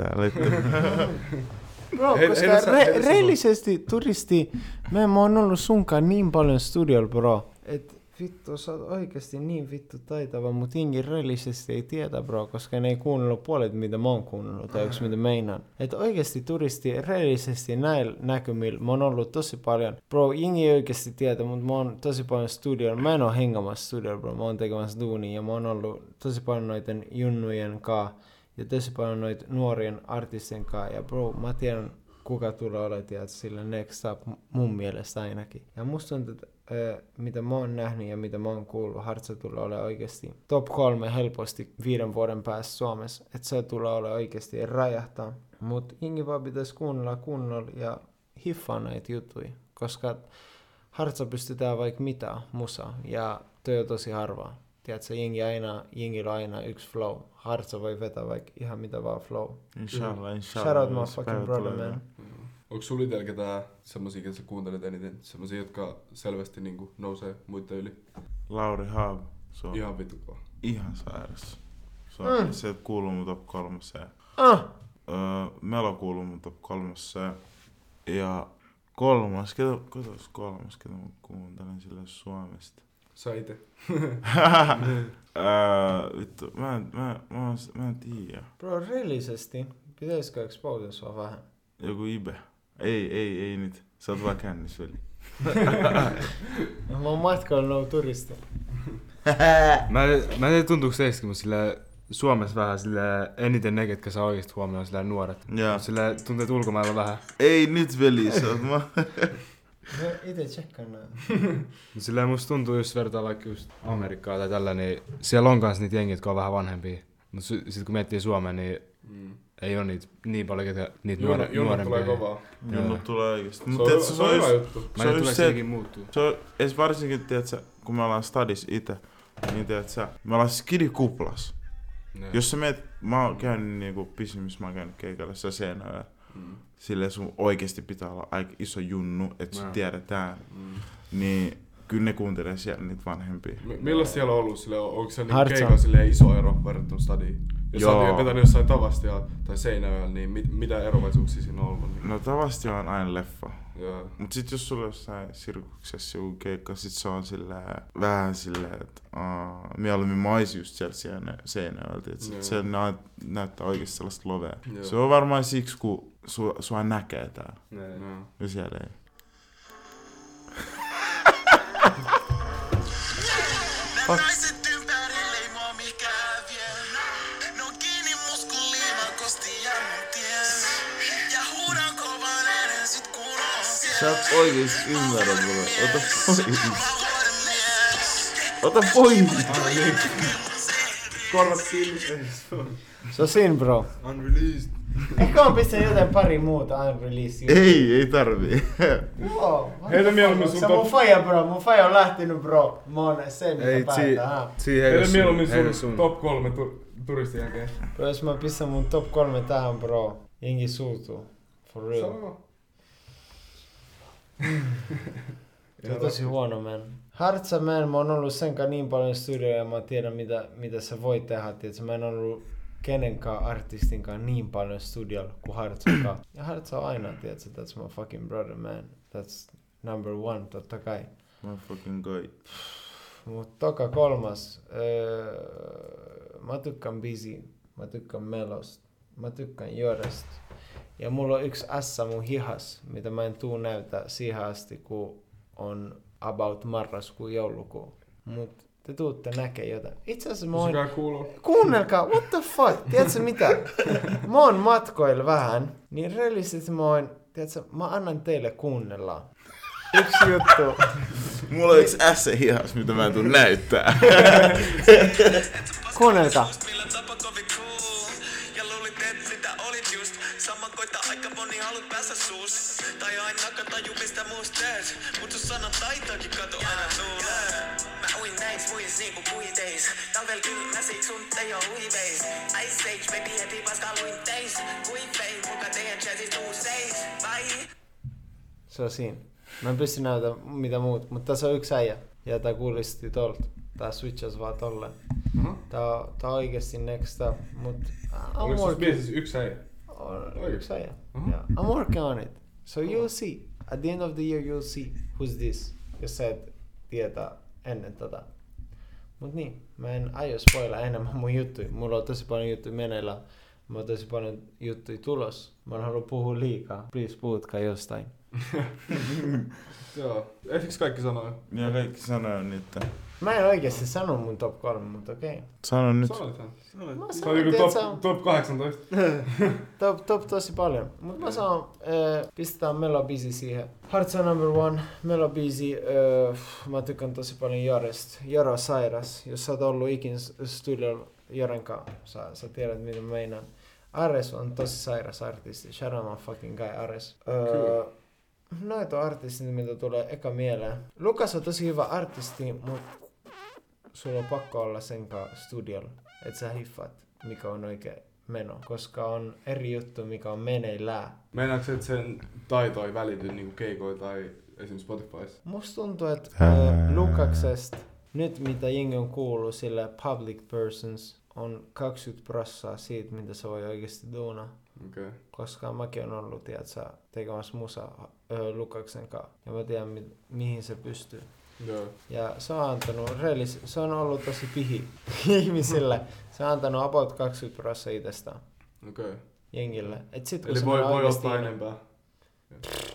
Bro, koska reellisesti turisti, mä oon ollut sunkaan niin paljon studiolla, bro. Et vittu, sä oot oikeesti niin vittu taitava, mut jengi reellisesti ei tiedä, bro, koska ne ei kuunnellut puolet, mitä mä oon kuunnellut, tai yksi mitä meinaan. Et oikeesti turisti, reellisesti näillä näkymillä, mä oon ollut tosi paljon, bro, jengi ei oikeesti tiedä, mut mä oon tosi paljon studiolla, mä en oo hengamassa studiolla, bro, mä oon tekemässä duunia, ja mä oon ollut tosi paljon noiden junnujen kaa, ja tosi paljon noita nuorien artistien kanssa. Ja bro, mä tiedän kuka tulee olemaan sillä next up mun mielestä ainakin. Ja musta tuntuu, että mitä mä oon nähnyt ja mitä mä oon kuullut, Hartsa tulee olemaan oikeasti top 3 helposti 5 vuoden päästä Suomessa. Että se tulee olemaan oikeasti räjähtää. Mut jengi vaan pitäisi kuunnella ja hiffaa näitä juttuja. Koska Hartsa pystytään vaikka mitä musaa ja toi on tosi harvaa. Tiedätkö, jengillä on aina yksi flow. Hartsa voi vetää vaikka ihan mitä vaan flow. Inshallah. Shout out my fucking brother, man. Onko sulla itsellä ketään semmosia, ketä sä kuuntelet eniten? Semmosia, jotka selvästi niinku nousee muiden yli? Lauri Haab. Ihan vittu kova. Ihan sairas. Se kuuluu mun top 3. Melo kuuluu mun top 3. Ja ketä mä kuuntelen sille Suomesta? Sä ite. Vittu, mä en tiedä. Bro, reellisesti, pitäisikö exposea sua vähän? Joku Ibe. Ei nyt. Sä oot vaan kännis, veli. Mä oon matkalla turisti. Mä en tiedä tuntuuko teistäkin, mutta Suomessa vähän silleen, eniten ne, ketkä saa oikeesti huomioon silleen nuoret. Joo. Silleen tuntuu, että ulkomailla vähän. Ei nyt veli, sä oot mä. No ite tsekkaan näin. Silleen musta tuntuu, jos vertaa vaikka just Amerikkaa tai tällä, niin siellä on kans niitä jengiä, jotka on vähän vanhempia. Mutta sit kun miettii Suomeen, niin ei oo niitä niin paljon, ketkä niitä nuorempia. Junnut tulee kovaa. Junnut tulee oikeesti. Se on hyvä juttu. Mä en tule sekin muuttuu. Se on edes varsinkin, tiiätsä, kun me ollaan stadis ite, niin tiiätsä, me ollaan skidikuplas. Jos sä meet, mä oon käynyt niinku pisimmissä, mä oon käynyt keikalla Seinäjoella. Silleen sun oikeesti pitää olla aika iso junnu, että sut tiedetään. Niin kyllä ne kuuntelee siellä niitä vanhempia. Milloin siellä on ollut? Onko se niin keikalla silleen iso ero verrattuna stadiin? Jos sä oot vetänyt jossain Tavastia tai Seinäjoella, niin mitä eroavaisuuksia siinä on ollut? No Tavastia on aina leffa. Joo. Mut sit jos sulla on jossain sirkuksessa joku keikka, sit se on silleen, vähän silleen, että mieluummin mä oisin just siellä Seinäjoelta. Se näyttää oikeesti sellaista lovea. Joo. Se on varmaan siksi, kun sua näkee täällä. Ja siellä ei. Fuck. Sä et oikeesti ymmärrä mulle. Ota pois. Korvat kiinni. Se on siinä, bro. Unreleased. Ehkä on pistän jotain pari muuta unreleased. Ei tarvii. Joo. Heitä mieluummin sun se on mun faija, bro. Mun faija on lähtenyt, bro. Mä oon se, mitä päättää. Heitä mieluummin sun top 3 turistin jälkeen. Bro, jos mä pistän mun top 3 tähän, bro. Jengi suutuu. For real. Se on tosi huono, man. Hartsa, man, mä oon ollut senkaan niin paljon studioja ja mä tiedän mitä sä voit tehdä. Tiiätkö? Mä en ollut kenenkään artistinkaan niin paljon studiolla kuin Hartsakaan. Ja Hartsa on aina, tiiätkö? That's my fucking brother, man. That's number one, totta kai. My fucking guy. Mut toka kolmas. Mä tykkään Busy. Mä tykkään Melosta. Mä tykkään Joresta. Ja mulla on yksi ässä mun hihas, mitä mä en tuu näyttää siihen asti, kun on about marraskuu, joulukuu. Mut te tuutte näkee jotain. Itse asiassa mä oon... Kuunnelkaa, what the fuck? Tiedätkö mitä? Mä oon matkoilla vähän, niin reellisesti mä oon... Tiedätkö, mä annan teille kuunnella. Yksi juttu. Mulla on yksi ässä hihas, mitä mä en tuu näyttää. Kuunnelkaa. Tai aina kataju mistä musta teet, mut sun sanan taitoakin kato aina tulee. Mä uin näis muis niinku kuiteis, talvel kylmäsit sun tejo uiveis. Ice Age baby heti paska luin teis, kuivein muka teidän chatit uuseis, vai? Se on siinä. Mä en pysty näytä mitä muut, mutta tässä on yksi äijä. Ja tää kuulisti tolta. Tää switchas vaan tolleen. Tää on oikeesti next up, mut... Oliko sussa biisissä yksi äijä? Yksi äijä. Yeah. I'm working on it. So you'll see. At the end of the year you'll see who's this. Jos sä et tietää ennen tota. Mut niin, mä en aio spoilaa enemmän mun juttuja. Mulla on tosi paljon juttuja meneillään. Mulla on tosi paljon juttuja tulos. Mä en halua puhua liikaa. Please puhutkaa jostain. Joo. Ehtiks kaikki sanoa? Joo, kaikki sanoo nyt. Mä en oikeesti sano mun top 3, mutta okei. Sano nyt. Se on joku top 18. top tosi paljon. Mut mä sanon, pistetään Melo Busy siihen. Hearts on number one, Melo Busy. Mä tykkään tosi paljon Joresta. Joro sairas. Jos sä oot ollut ikin studiolla Jorenkaan, sä tiedät mitä mä meinaan. Ares on tosi sairas artisti. Shout out my fucking guy Ares. Noita on artistit, mitä tulee eka mieleen. Lukas on tosi hyvä artisti, mut sulla on pakko olla senkaan studiolla, että sä hiffaat, mikä on oikein meno. Koska on eri juttu, mikä on meneillään. Meinaatko, että sen taito ei välity niinku keikoilla tai esimerkiksi Spotifyssa? Musta tuntuu, että Lukaksesta, nyt mitä jengi on kuullut sille public persons, on 20% siitä, mitä se voi oikeasti duunaa. Okay. Koska mäkin on ollut, tiedätkö, tekemässä musaa Lukaksen kanssa. Ja mä tiedän, mihin se pystyy. Joo. Ja se on antanut, se on ollut tosi pihi ihmisille. Se on antanut about 20% itsestään. Okay. Jengille. Et sit, eli voi ottaa enempää.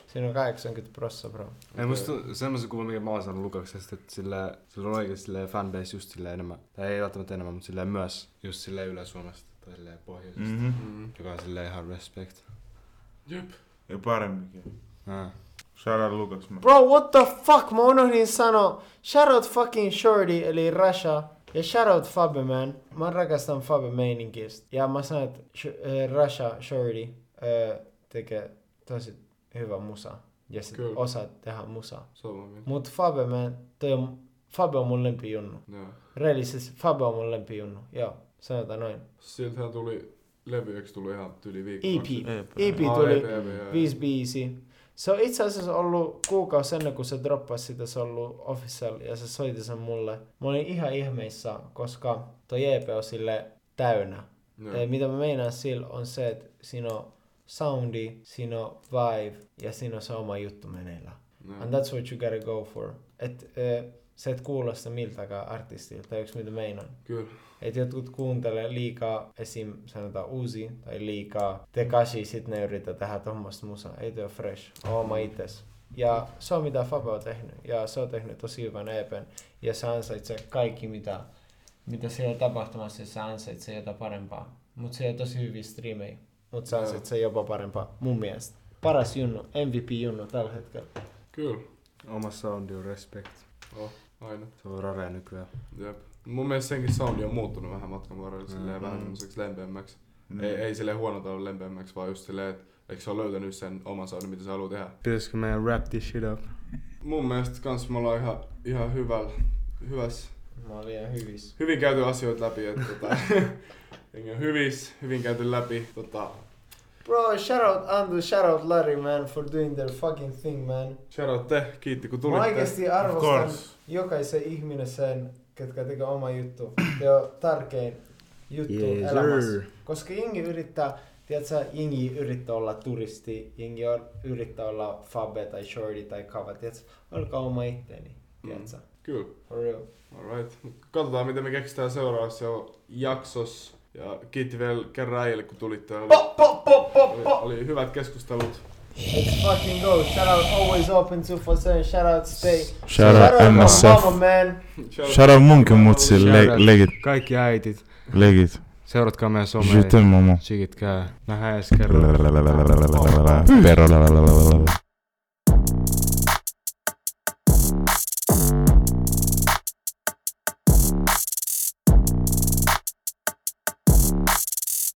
Siinä on 80%, bro. Ei musta semmoisen kuvan, mikä mä oon saanut Lukaksesta, että sillä on oikeesti silleen fanbase just silleen enemmän, tai ei välttämättä enemmän, mutta silleen myös just silleen Ylä-Suomesta tai silleen pohjoisesta, joka on silleen ihan respect. Jep. Ja paremminkin. Shout out Lukas. Bro, what the fuck? Mä unohdin sanoa. Shout out fucking Shorty, eli Rasha. Ja shout out Fabe, man. Mä rakastan Fabe meininkistä. Ja mä sanon, että Rasha, Shorty tekee tosi hyvä musa. Ja sit osaa tehdä musaa. Mut Fabe, man, Fabe on mun lempijunnu. Reellisesti Fabe on mun lempijunnu. Joo, sanotaan noin. Siltähän tuli levy, eikö tullut ihan yli viikkoa? EP tuli 5 biisiä. Se on itse asiassa ollut kuukausi ennen kuin se droppasi sitä, se on ollut official ja se soiti sen mulle. Mä olin ihan ihmeissä, koska toi EP on sille täynnä. Mitä mä meinaan sillä on se, että siinä on soundi, siinä on vibe ja siinä on se oma juttu meneillään. And that's what you gotta go for. Se et kuulosta miltäkään artistilta, eikö mitä meinaan? Kyllä. Et jotkut kuuntelee liikaa, esim. Sanotaan Uzi tai liikaa Tekashi, sit ne yrittää tehdä tommasta musaa. Ei tee fresh, oma ites. Ja se on mitä Fabe on tehnyt. Ja se on tehnyt tosi hyvän EPn. Ja se ansaitsee kaikki mitä siellä tapahtumassa, se ansaitsee jotain parempaa. Mut se on tosi hyviä striimejä. Mut se ansaitsee jopa parempaa mun mielestä. Paras junnu, MVP-junnu tällä hetkellä. Kyllä. Oma soundi on respect. Aina. Se on rarea nykyään. Jep. Mun mielestä senkin soundi on muuttunut vähän matkan varrella silleen vähän semmoiseksi lempeämmäksi. Ei silleen huonolta ole lempeämmäksi, vaan just silleen, että eikö se ole löytänyt sen oman soundin, mitä se haluaa tehdä. Pitäisikö meidän wrap this shit up? Mun mielestä kans me ollaan ihan hyvässä. Mä olin ihan hyvissä. Hyvin käyty asioita läpi, että hyvin käyty läpi. Bro, shout out Andu, shout out Larry, man, for doing their fucking thing, man. Shout out te, kiitti kun tulitte. Mä oikeesti arvostan jokaisen ihminen sen, ketkä tekee oma juttu. Se on tärkein juttu elämässä. Koska jengi yrittää, tiedätkö, jengi yrittää olla turisti, jengi yrittää olla Fabe tai Shorty tai Kava, tiedätkö, olkaa oma itteeni, tiedätkö? Kyllä. For real. Alright. Katsotaan miten me keksitään seuraavassa jaksossa. Ja kiitti vielä kerran äijälle kun tulitte. Oli hyvät keskustelut. Let's fucking go. Shout out always open 247. Shout out stay. Shout out MSF. Mama, man. Shout out munkin mutsi. Legit. Kaikki äitit. Legit. Seuratkaa meidän somea. Je t'aime, maman. Chikit käy. Nähdään ensi kerralla.